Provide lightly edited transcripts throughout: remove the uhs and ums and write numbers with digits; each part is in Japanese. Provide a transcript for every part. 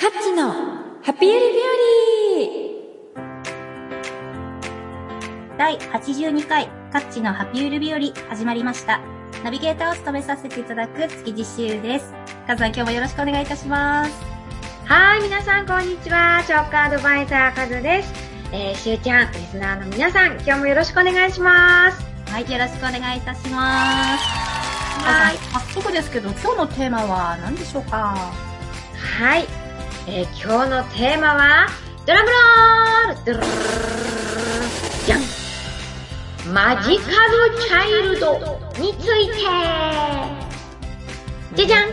カッチのハピユリ日和。 第82回カッチのハピユリ日和始まりました。ナビゲーターを務めさせていただく築地しゅうです。カズさん、今日もよろしくお願いいたします。 はい、皆さんこんにちは。チョークアドバイザーカズです。しゅうちゃん、リスナーの皆さん、今日もよろしくお願いします。 はい、よろしくお願いいたします。 はい。早速ですけど、今日のテーマは何でしょうか？ はい。今日のテーマは、ドラムロール、ドゥルルルルルじゃん。マジカルチャイルドについて。じゃじゃん。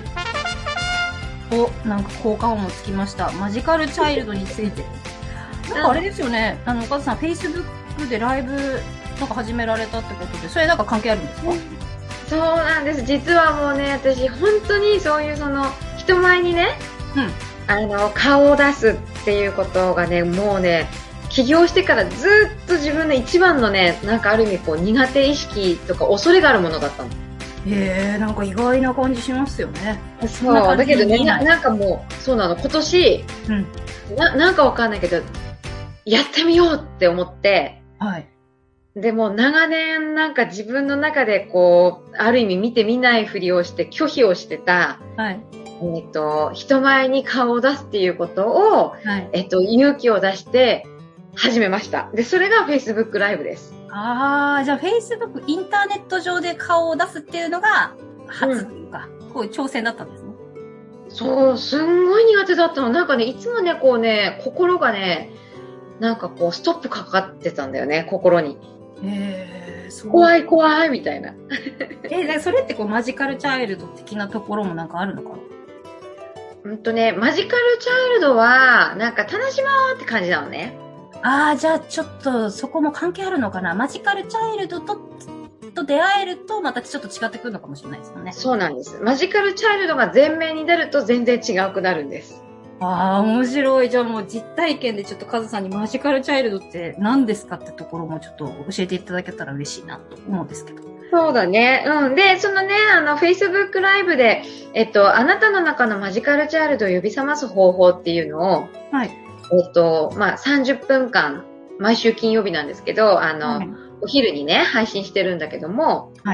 なんか効果音もつきました。マジカルチャイルドについて。なんかあれですよね。お母さん、Facebook でライブなんか始められたってことで、それなんか関係あるんですか？ そうなんです。実はもうね、私本当にそういう人前にね、顔を出すっていうことがね、もうね、起業してからずっと自分の一番のね、なんかある意味こう苦手意識とか恐れがあるものだったの。 なんか意外な感じしますよね。 そう、だけどね、なんかもう、そうなの、今年、なんかわかんないけど、やってみようって思って、 はい。 でも長年なんか自分の中でこう、ある意味見て見ないふりをして拒否をしてた、 はい。 人前に顔を出すっていうことを、 はい。 勇気を出して始めました。で、それが Facebook ライブです。 じゃあ Facebook、インターネット上で顔を出すっていうのが初というか、こういう挑戦だったんですね。 そう、すんごい苦手だったの。なんかね、いつもね、こうね、心がね、なんかこう、ストップかかってたんだよね、心に。怖い怖いみたいな。 それってこうマジカルチャイルド的なところもなんかあるのかな？ マジカルチャイルドは、なんか楽しもうって感じなのね。 じゃあちょっとそこも関係あるのかな？マジカルチャイルドと出会えるとまたちょっと違ってくるのかもしれないですよね。 そうなんです。マジカルチャイルドが前面に出ると全然違くなるんです。 面白い。じゃあもう実体験でちょっとカズさんにマジカルチャイルドって何ですかってところもちょっと教えていただけたら嬉しいなと思うんですけど。 そうだね。で、Facebook ライブで、あなたの中のマジカルチャイルドを呼び覚ます方法っていうのを、 はい。 30分間、毎週金曜日なんですけど、お昼にね、配信してるんだけども、 はい。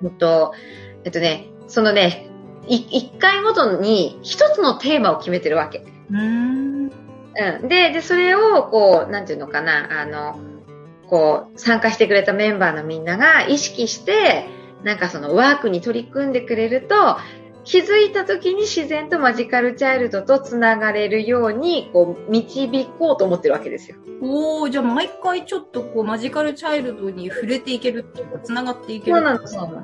1回ごとに一つのテーマを決めてるわけ。で、それを、こう、なんていうのかな、参加してくれたメンバーのみんなが意識して、なんかワークに取り組んでくれると、気づいた時に自然とマジカルチャイルドとつながれるように、こう、導こうと思ってるわけですよ。 じゃあ毎回ちょっとこう、マジカルチャイルドに触れていけるっていうか、つながっていける。 そうなの。そう。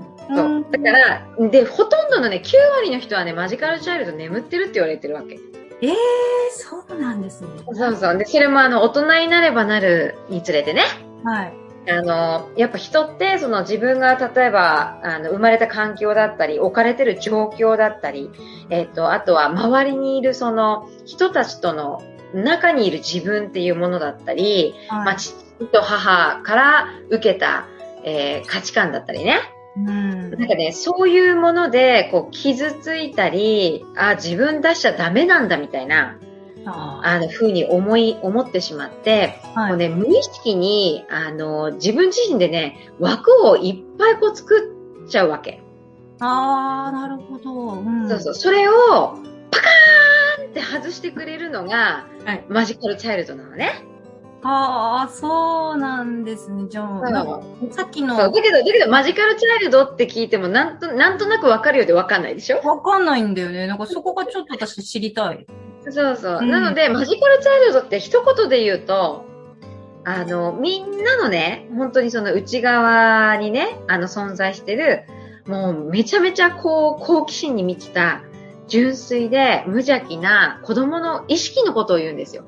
だから、ほとんどのね、9割の人はね、マジカルチャイルド眠ってるって言われてるわけ。 そうなんですね。 そうそう。で、それも大人になればなるにつれてね。 はい。 やっぱ人って自分が例えば生まれた環境だったり置かれてる状況だったり、あとは周りにいる人たちとの中にいる自分っていうものだったり、 はい、 父と母から受けた、価値観だったりね。なんかね、そういうものでこう傷ついたり、自分出しちゃダメなんだみたいな。ふうに思ってしまって、 はい、 もうね、無意識に、自分自身でね、枠をいっぱいこう作っちゃうわけ。 なるほど。 そうそう。それを、パカーンって外してくれるのが、マジカルチャイルドなのね。 そうなんですね。じゃあ、さっきの。 だけど、マジカルチャイルドって聞いても、なんとなくわかるようでわかんないでしょ？ わかんないんだよね。なんかそこがちょっと私知りたい。 そうそう。なので、マジカルチャイルドって一言で言うと、みんなのね、本当に内側にね、存在してる、もうめちゃめちゃこう、好奇心に満ちた、純粋で無邪気な子供の意識のことを言うんですよ。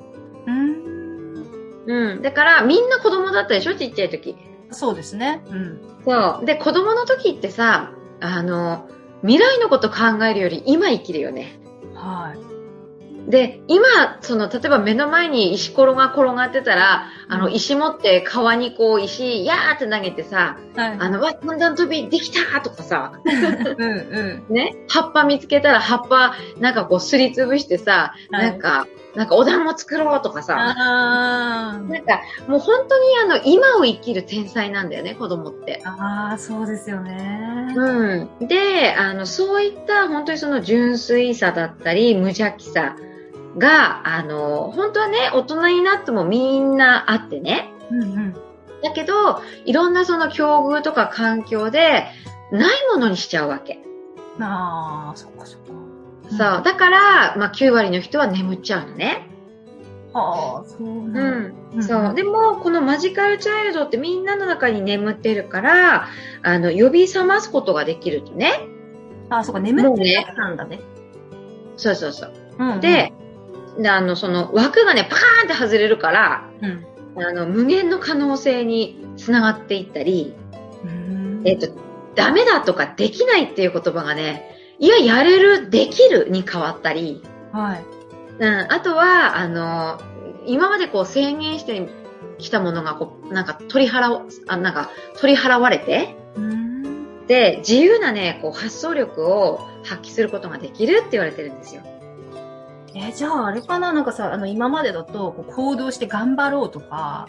だから、みんな子供だったでしょ？ちっちゃい時。 そうですね。 そう。で、子供の時ってさ、未来のこと考えるより今生きるよね。 はい。 で、今、例えば目の前に石ころが転がってたら、石持って川にこう石、やーって投げてさ、 はい。 三段跳びできたとかさ、 うんね、葉っぱ見つけたら葉っぱ、なんかこうすりつぶしてさ、 はいなんかお団子作ろうとかさ、 あなんかもう本当に今を生きる天才なんだよね、子供って。 そうですよね。 うん。で、そういった本当にその純粋さだったり、無邪気さが、本当はね、大人になってもみんなあってね。 うんうん。 だけど、いろんなその境遇とか環境で、ないものにしちゃうわけ。 そっかそっか。 そう。だから、9割の人は眠っちゃうのね。 そうなんだ。 そう。でも、このマジカルチャイルドってみんなの中に眠ってるから、呼び覚ますことができるとね。 そうか、眠ってるやつなんだね。 そうそうそう。 うん、 で、その枠がね、パカーンって外れるから、無限の可能性につながっていったり、ダメだとかできないっていう言葉がね、いや、やれる、できるに変わったり、 はい。 あとは、今までこう制限してきたものがこう、なんか取り払われて、で、自由なね、こう発想力を発揮することができるって言われてるんですよ。 じゃああれかな、なんかさ、今までだとこう行動して頑張ろうとか、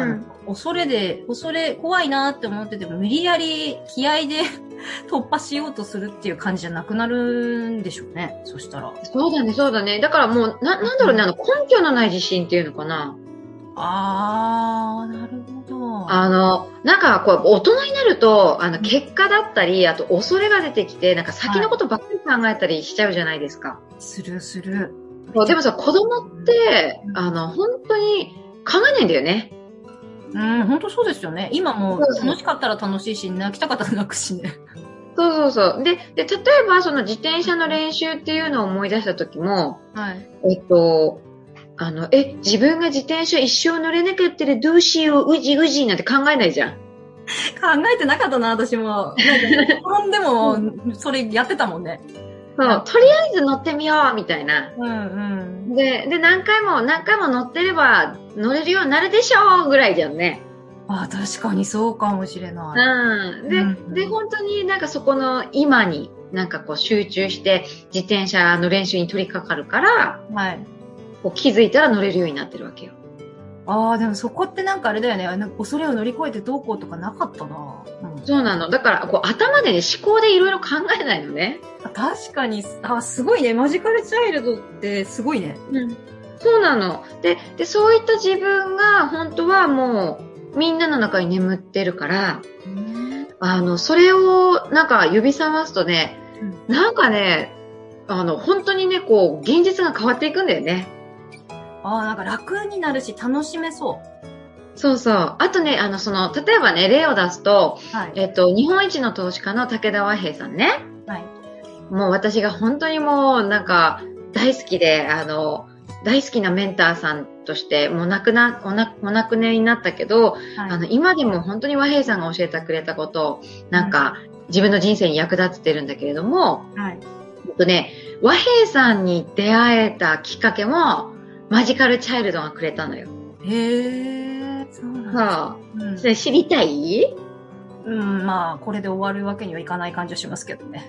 怖いなって思ってても、無理やり気合で突破しようとするっていう感じじゃなくなるんでしょうね。そしたら。 そうだね、そうだね。だからもう、なんだろうね、根拠のない自信っていうのかな。 なるほど。 なんかこう、大人になると、結果だったり、あと恐れが出てきて、なんか先のことばっかり考えたりしちゃうじゃないですか。 する。 でもさ、子供って、本当に考えないんだよね。 本当そうですよね。今も楽しかったら楽しいし、泣きたかったら泣くしね。 そう。で、例えばその自転車の練習っていうのを思い出した時も、 はい。 自分が自転車一生乗れなかったらどうしよう、うじなんて考えないじゃん。 考えてなかったな、私も。なんか、転んでも、それやってたもんね。 そう、とりあえず乗ってみよう、みたいな。で、何回も乗ってれば乗れるようになるでしょう、ぐらいだよね。 確かにそうかもしれない。 で、本当になんかそこの今になんかこう集中して自転車の練習に取り掛かるから、 はい。 こう気づいたら乗れるようになってるわけよ。 でもそこってなんかあれだよね。なんか恐れを乗り越えてどうこうとかなかったな。 そうなの。だから、こう頭でね、思考でいろいろ考えないのね。 確かに、すごいね。マジカルチャイルドってすごいね。 そうなの。で、そういった自分が本当はもうみんなの中に眠ってるから、それをなんか呼び覚ますとね、なんかね、本当にね、こう、現実が変わっていくんだよね。 なんか楽になるし楽しめそう。 そうそう。あとね、例えばね、例を出すと、 はい、 日本一の投資家の武田和平さんね。 はい。 もう私が本当にもうなんか大好きで、大好きなメンターさんとして、もうお亡くなりになったけど、はい、今でも本当に和平さんが教えてくれたことを、なんか、自分の人生に役立ててるんだけれども、 はい。 和平さんに出会えたきっかけも、マジカルチャイルドがくれたのよ。 そうなんそれ知りたい？ まあ、これで終わるわけにはいかない感じはしますけどね。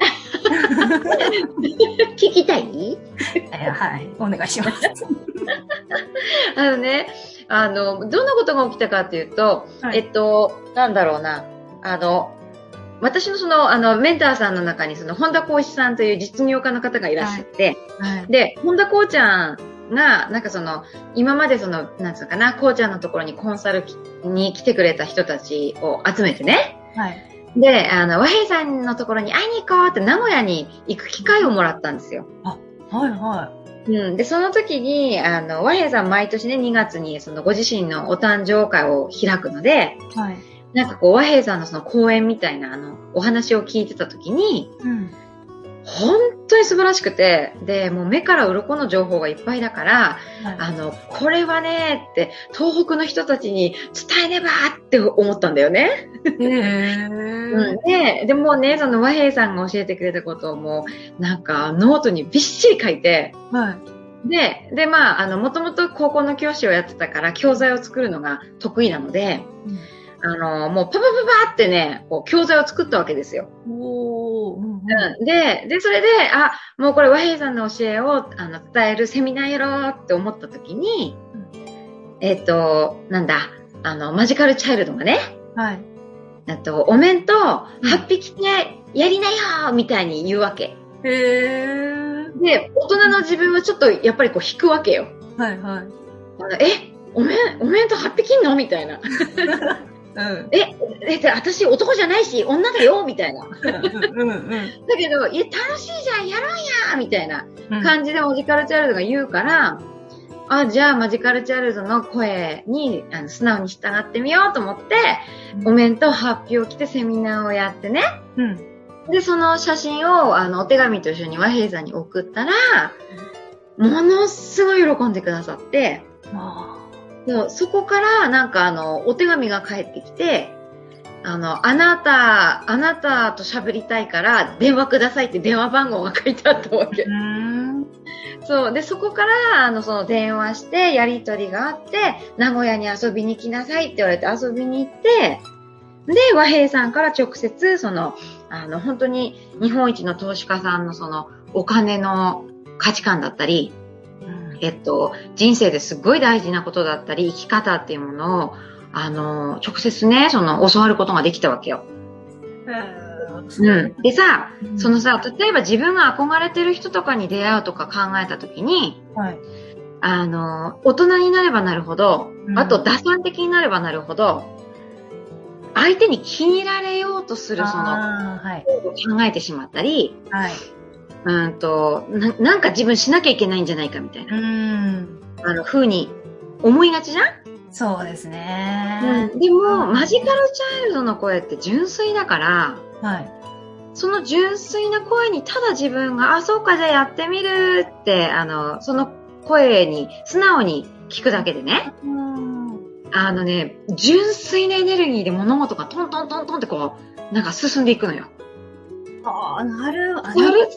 聞きたい？ はい。お願いします。 どんなことが起きたかっていうと、はい、なんだろうな、私のメンターさんの中に本田光一さんという実業家の方がいらっしゃって、はいはい、で、本田光ちゃんが、なんか今までなんつうのかな、こうちゃんのところにコンサルに来てくれた人たちを集めてね。はい。で、和平さんのところに会いに行こうって名古屋に行く機会をもらったんですよ。 はいはい。 で、その時に、和平さん毎年ね、2月にご自身のお誕生会を開くので、はい。なんかこう、和平さんの講演みたいなお話を聞いてた時に、本当に素晴らしくて、で、もう目から鱗の情報がいっぱいだから、はい、これはね、って、東北の人たちに伝えねばって思ったんだよね。でもね、和平さんが教えてくれたことをもう、なんかノートにびっしり書いて、はい、 で、まあ、もともと高校の教師をやってたから、教材を作るのが得意なので、もうパパパってね、こう教材を作ったわけですよ。で、それで、もうこれ和平さんの教えを伝えるセミナーやろうって思った時に、なんだ、マジカルチャイルドがね、 はい。 お面と8匹でやりなよみたいに言うわけ。で、大人の自分はちょっとやっぱりこう引くわけよ。 はいはい。 お面と8匹いんのみたいな。私男じゃないし女だよみたいな。だけど、楽しいじゃん、やろうやみたいな感じでマジカルチャイルドが言うから、じゃあマジカルチャイルドの声に素直に従ってみようと思って、お面とハッピーを着てセミナーをやってね。で、その写真をお手紙と一緒に和平さんに送ったら、ものすごい喜んでくださって、もうそこからなんかお手紙が返ってきて、あなたと喋りたいから電話くださいって電話番号が書いてあったわけ。そう。で、そこから、その電話してやりとりがあって、名古屋に遊びに来なさいって言われて遊びに行って、で、和平さんから直接、本当に日本一の投資家さんのお金の価値観だったり、人生ですっごい大事なことだったり、生き方っていうものを、直接ね、教わることができたわけよ。でさ、例えば自分が憧れてる人とかに出会うとか考えたときに、大人になればなるほど、あと打算的になればなるほど、相手に気に入られようとする考えてしまったり、なんか自分しなきゃいけないんじゃないかみたいな、風に思いがちじゃん？ そうですね。 でも、マジカルチャイルドの声って純粋だから、その純粋な声にただ自分が、そうか、じゃあやってみるって、その声に素直に聞くだけでね、純粋なエネルギーで物事がトントントントンってこう、なんか進んでいくのよ。 なるほど。 伝わった？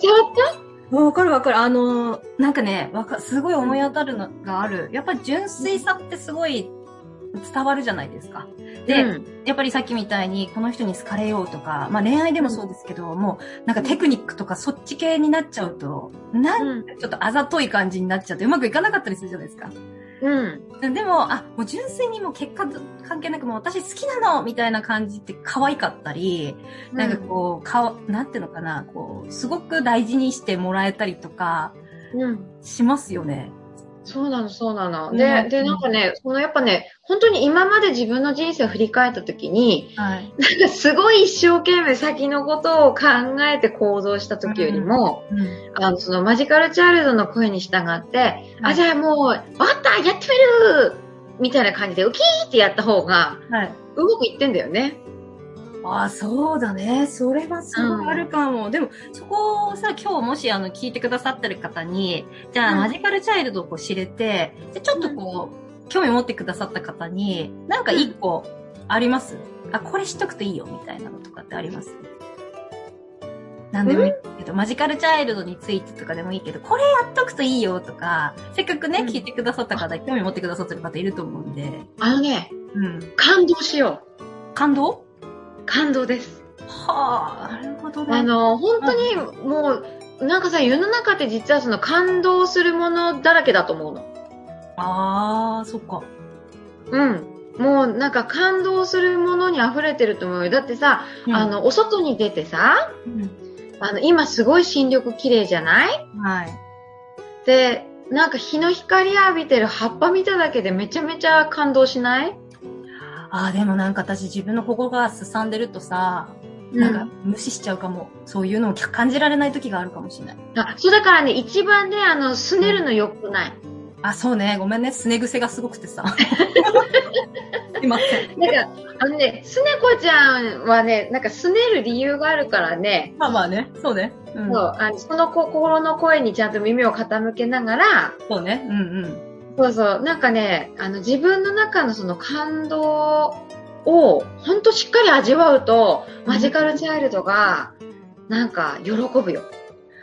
わかる。なんかね、すごい思い当たるのがある。やっぱり純粋さってすごい伝わるじゃないですか。で、やっぱりさっきみたいにこの人に好かれようとか、まあ恋愛でもそうですけど、もうなんかテクニックとかそっち系になっちゃうと、なんかちょっとあざとい感じになっちゃってうまくいかなかったりするじゃないですか。でも、もう純粋にもう結果関係なくもう私好きなのみたいな感じって可愛かったり、なんかこう、なんていうのかな、こう、すごく大事にしてもらえたりとか、しますよね。 そうなの。で、なんかね、やっぱね、本当に今まで自分の人生を振り返ったときに、なんかすごい一生懸命先のことを考えて行動したときよりも、マジカルチャイルドの声に従って、じゃあもう、わかったやってみるみたいな感じで、ウキーってやった方が、うまくいってんだよね。 そうだね。それはすごいあるかも。でも、そこをさ、今日もし聞いてくださってる方に、じゃあ、マジカルチャイルドを知れて、でちょっとこう、興味持ってくださった方に、なんか一個あります？これ知っとくといいよ、みたいなのとかってあります？なんでもいいけど、マジカルチャイルドについてとかでもいいけど、これやっとくといいよとか、せっかくね、聞いてくださった方、興味持ってくださってる方いると思うんで。 感動しよう。 感動です。 なるほどね。 本当にもう、なんかさ、世の中って実は感動するものだらけだと思うの。 そっか。 もうなんか感動するものに溢れてると思うよ。だってさ、お外に出てさ、今すごい新緑綺麗じゃない？で、なんか日の光浴びてる葉っぱ見ただけでめちゃめちゃ感動しない？ でもなんか私自分の心がすさんでるとさ、なんか無視しちゃうかも。そういうのを感じられない時があるかもしれない。 そうだからね、一番ね、すねるの良くない。 そうね。ごめんね。すね癖がすごくてさ。すいません。 なんか、すねこちゃんはね、なんかすねる理由があるからね。 まあね。そうね。 その心の声にちゃんと耳を傾けながら。 そうね。 なんかね、自分の中のその感動をほんとしっかり味わうと、マジカルチャイルドがなんか喜ぶよ。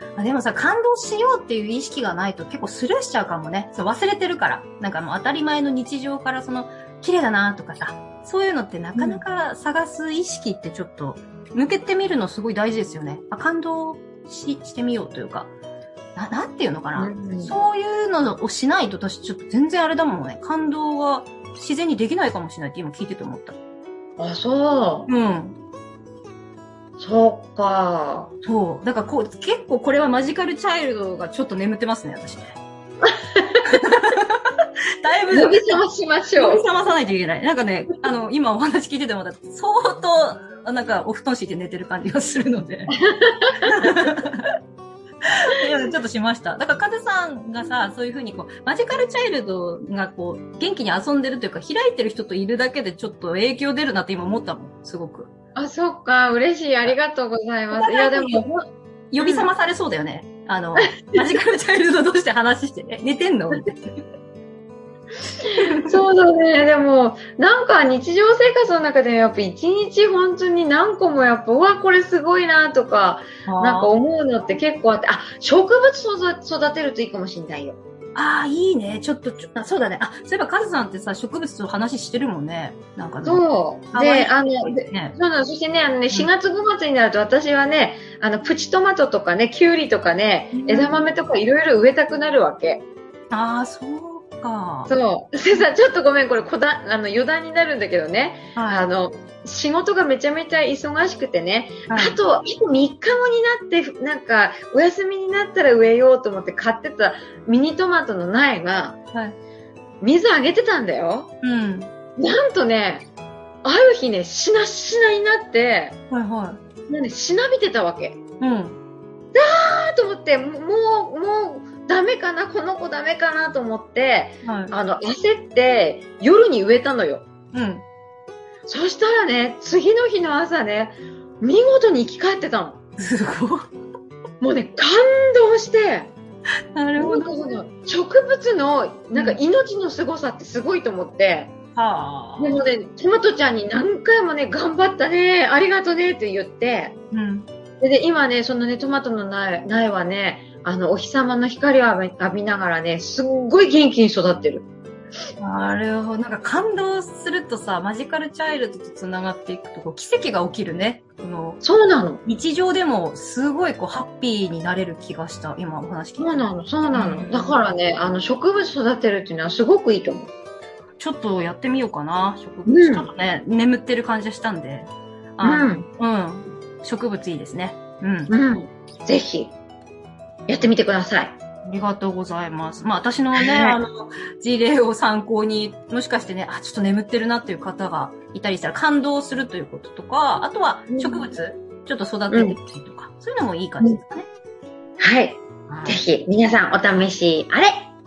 でもさ、感動しようっていう意識がないと結構スルーしちゃうかもね。そう、忘れてるから。なんかもう当たり前の日常から綺麗だなとかさ、そういうのってなかなか探す意識ってちょっと、向けてみるのすごい大事ですよね。感動してみようというか。なんていうのかな、そういうのをしないと私ちょっと全然あれだもんね。感動が自然にできないかもしれないって今聞いてて思った。 あ、そう。そうか。 そう。だから結構これはマジカルチャイルドがちょっと眠ってますね、私ね。だいぶ。 呼び覚ましましょう。 呼び覚まさないといけない。なんかね、今お話聞いてても、相当、なんかお布団敷いて寝てる感じがするので。ちょっとしました。だから、カズさんがさ、そういう風にマジカルチャイルドが元気に遊んでるというか、開いてる人といるだけでちょっと影響出るなって今思ったもん、すごく。 あ、そっか、嬉しい、ありがとうございます。いや、でも、 呼び覚まされそうだよね。マジカルチャイルド同士で話してね、寝てんのみたいな。 そうだね。でも、なんか日常生活の中でやっぱ一日本当に何個もやっぱ、うわ、これすごいなとか、なんか思うのって結構あって、植物育てるといいかもしんないよ。 いいね。ちょっと、そうだね。そういえばカズさんってさ、植物と話してるもんね。なんかね。 そう。で、そうなの。そしてね、4月5月になると私はね、プチトマトとかね、キュウリとかね、枝豆とかいろいろ植えたくなるわけ。 そうか。 そう。でさ、ちょっとごめん、これ余談になるんだけどね。仕事がめちゃめちゃ忙しくてね、あと3日後になって、なんか、お休みになったら植えようと思って買ってたミニトマトの苗が、水あげてたんだよ。なんとね、ある日ね、しなしなになって、しなびてたわけ。と思って、もう、ダメかな、この子ダメかなと思って、焦って、夜に植えたのよ。そしたらね、次の日の朝ね、見事に生き返ってたの。 すごい。 もうね、感動して、 なるほど。 植物の、なんか命の凄さってすごいと思って、でもね、トマトちゃんに何回もね、頑張ったね、ありがとねって言って、で、今ね、そのね、トマトの苗はね、お日様の光を浴びながらね、すっごい元気に育ってる。 なるほど。なんか感動するとさ、マジカルチャイルドと繋がっていくと、奇跡が起きるね。 そうなの。 日常でもすごいハッピーになれる気がした。今お話聞いて。 そうなの。だからね、植物育てるっていうのはすごくいいと思う。 ちょっとやってみようかな、植物。ちょっとね、眠ってる感じがしたんで。植物いいですね。 ぜひ、やってみてください。 ありがとうございます。私のね、事例を参考に、もしかしてね、ちょっと眠ってるなっていう方がいたりしたら感動するということとか、あとは植物、ちょっと育ててみたりとか、そういうのもいい感じですかね。 はい。ぜひ、皆さんお試しあれ。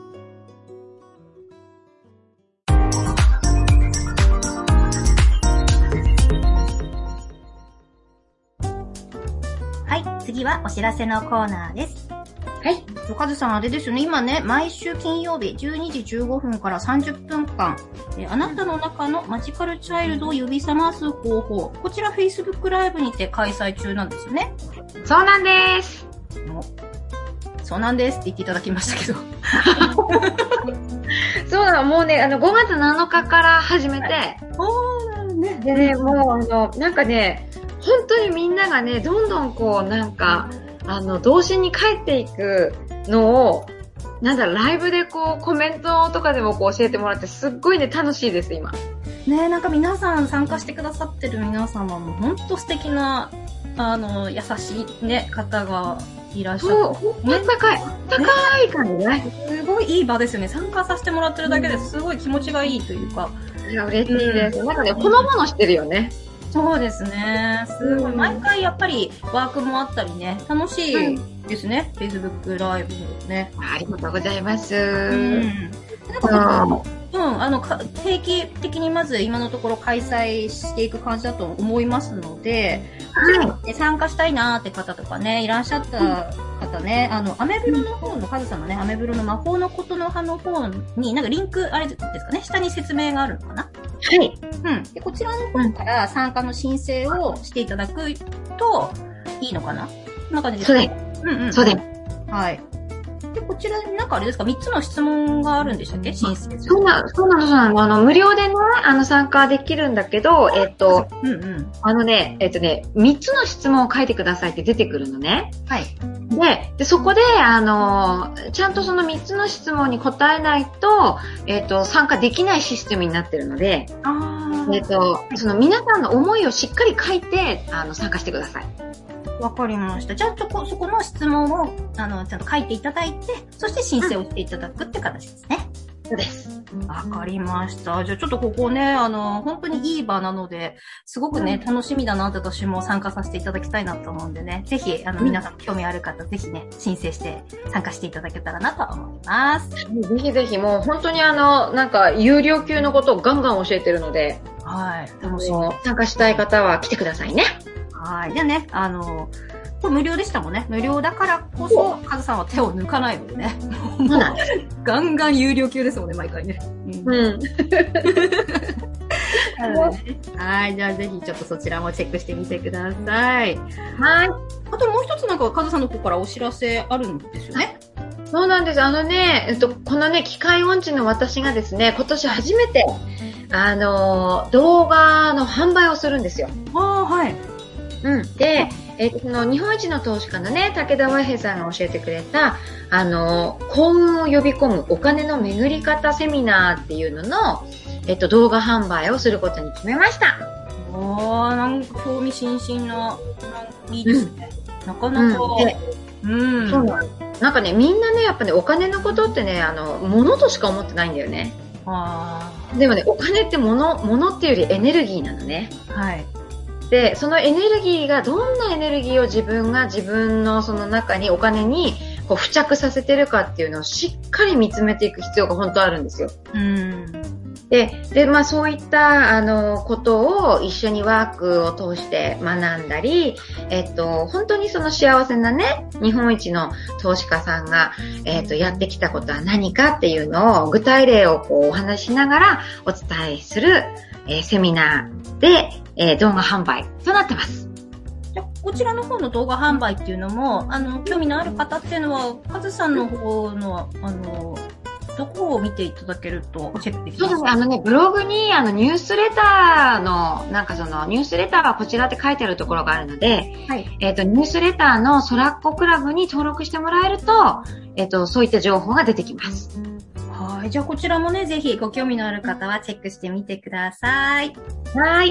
はい、次はお知らせのコーナーです。 はい。カズさん、あれですよね。今ね、毎週金曜日12時15分から30分間、あなたの中のマジカルチャイルドを呼び覚ます方法。こちら Facebook ライブにて開催中なんですよね。 そうなんです。 そうなんですって言っていただきましたけど。 そうなの。もうね、5月7日から始めて。でね、もうなんかね、本当にみんながね、どんどんなんか、童心に帰っていくのを、ライブでコメントとかでも教えてもらって、すっごいね、楽しいです、今。 ね、なんか皆さん参加してくださってる皆様も、ほんと素敵な、優しいね、方がいらっしゃる。 そう、高い感じね。 すごいいい場ですよね。参加させてもらってるだけですごい気持ちがいいというか。 いや、嬉しいです。なんかね、ほのぼのしてるよね。 そうですね。すごい。毎回やっぱりワークもあったりね、楽しいですね。Facebook ライブね。 ありがとうございます。 定期的にまず今のところ開催していく感じだと思いますので、参加したいなーって方とかね、いらっしゃった方ね、アメブロの方の、カズさんのね、アメブロの魔法のことの葉の方に、なんかリンク、あれですかね、下に説明があるのかな？ はい。 で、こちらの方から参加の申請をしていただくといいのかな？こんな感じですか？ そうです。 はい。で、こちらになんかあれですか、3つの質問があるんでしたっけ、申請する。 そうなの。無料でね、参加できるんだけど、3つの質問を書いてくださいって出てくるのね。 はい。 で、そこで、ちゃんとその3つの質問に答えないと、参加できないシステムになってるので、その皆さんの思いをしっかり書いて、参加してください。 わかりました。じゃあ、そこの質問を、ちゃんと書いていただいて、そして申請をしていただくって形ですね。 そうです。 わかりました。じゃあ、ちょっとここね、本当にいい場なので、すごくね、楽しみだなって私も参加させていただきたいなと思うんでね、ぜひ、皆さん興味ある方、ぜひね、申請して参加していただけたらなと思います。ぜひぜひ、もう本当になんか、有料級のことをガンガン教えてるので、 はい。楽しみ。 参加したい方は来てくださいね。 はい。じゃあね、これ無料でしたもんね。無料だからこそ、カズさんは手を抜かないのでね。 そうなんです。 ガンガン有料級ですもんね、毎回ね。はい。じゃあぜひちょっとそちらもチェックしてみてください。 はい。 あともう一つなんか、カズさんの方からお知らせあるんですよね。 そうなんです。このね、機械音痴の私がですね、今年初めて、動画の販売をするんですよ。 はい。 で、その日本一の投資家のね、武田和平さんが教えてくれた、幸運を呼び込むお金の巡り方セミナーっていうのの、動画販売をすることに決めました。 なんか興味津々な、いいですね。なかなか。 そうなんかね、みんなね、やっぱね、お金のことってね、物としか思ってないんだよね。でもね、お金って物っていうよりエネルギーなのね。 はい。 で、そのエネルギーがどんなエネルギーを自分のその中にお金にこう付着させてるかっていうのをしっかり見つめていく必要が本当あるんですよ。で、まあそういったことを一緒にワークを通して学んだり、本当にその幸せなね、日本一の投資家さんがやってきたことは何かっていうのを具体例をこうお話ししながらお伝えする、セミナーで、動画販売となってます。 じゃこちらの方の動画販売っていうのも、興味のある方っていうのは、カズさんの方の、どこを見ていただけるとチェックできますか？ そうですね。ブログに、ニュースレターの、なんかその、ニュースレターはこちらって書いてあるところがあるので、 はい。 ニュースレターのソラッコクラブに登録してもらえると、そういった情報が出てきます。 はい。じゃあこちらもね、ぜひご興味のある方はチェックしてみてください。 はい。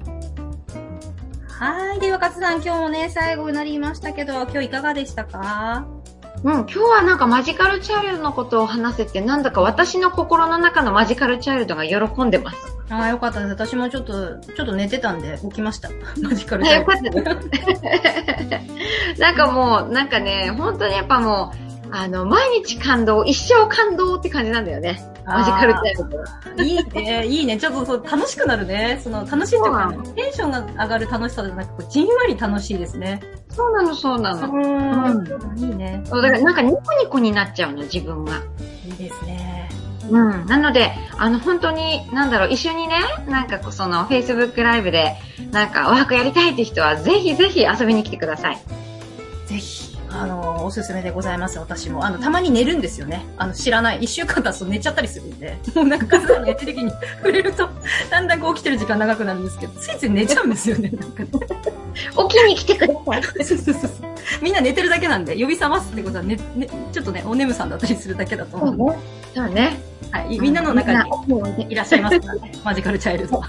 はい。では、カズさん、今日もね、最後になりましたけど、今日いかがでしたか？ 今日はなんかマジカルチャイルドのことを話せて、なんだか私の心の中のマジカルチャイルドが喜んでます。 よかったです。私もちょっと寝てたんで起きました。マジカルチャイルド。 よかったです。なんかもう、なんかね、本当にやっぱもう、毎日感動、一生感動って感じなんだよね。マジカルチャイルド。 いいね、いいね。ちょっとそう楽しくなるね。楽しいというか、ね、テンションが上がる楽しさじゃなくて、じんわり楽しいですね。 そうなの。 いいね。 だからなんかニコニコになっちゃうの、自分が。 いいですね。 なので、本当に、一緒にね、なんかFacebook ライブで、なんかワークやりたいって人は、ぜひぜひ遊びに来てください。 ぜひ。おすすめでございます。私も。たまに寝るんですよね。知らない。一週間経つと寝ちゃったりするんで。もうなんか、カズさんにやってる時に触れると、だんだんこう起きてる時間長くなるんですけど、ついつい寝ちゃうんですよね。なんかね。 起きに来てください。 そう。みんな寝てるだけなんで、呼び覚ますってことはね、ちょっとね、お眠さんだったりするだけだと思うんで。 そうね。 はい。みんなの中にいらっしゃいますからね。マジカルチャイルドは。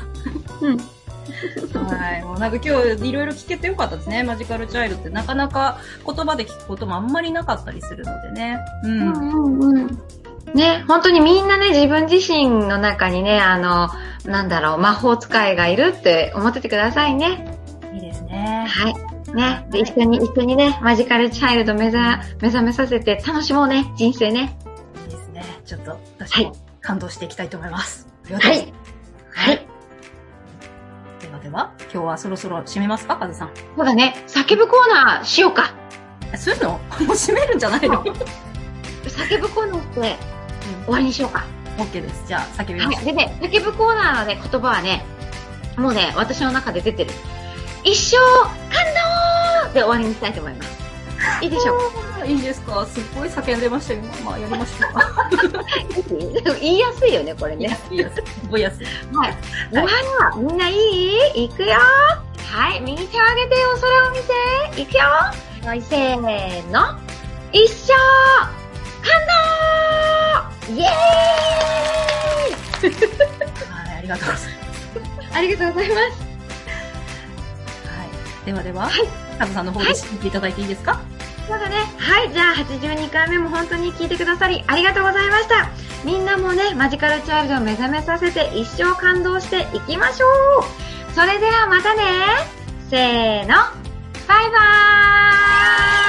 はい。もうなんか今日いろいろ聞けてよかったですね。マジカルチャイルドってなかなか言葉で聞くこともあんまりなかったりするのでね。 ね、本当にみんなね、自分自身の中にね、魔法使いがいるって思っててくださいね。 いいですね。 はい。ね。で、一緒にね、マジカルチャイルド目覚めさせて楽しもうね、人生ね。 いいですね。ちょっと、私も感動していきたいと思います。 はい。はい。 では、今日はそろそろ締めますか、カズさん。 そうだね。叫ぶコーナーしようか。 するの？もう締めるんじゃないの？ 叫ぶコーナーして終わりにしようか。 OK です。じゃあ、叫びましょう。 でね、叫ぶコーナーのね、言葉はね、もうね、私の中で出てる。一生感動で終わりにしたいと思います。いいでしょうか？ いいんですか？すっごい叫んでましたよ。まあ、やりましょうか。 言いやすいよね、これね。 言いやすい。覚えやすい。 はい。おはよう。みんないい？いくよ。はい。右手を上げてお空を見て。いくよ。はい、せーの。一生感動イエーイはい、ありがとうございます。 ありがとうございます。 はい。ではでは、はい。カズさんの方で聞いていただいていいですか？ そうだね。はい。じゃあ、82回目も本当に聞いてくださり、ありがとうございました。みんなもね、マジカルチャイルドを目覚めさせて一生感動していきましょう。それではまたね。せーの。バイバーイ。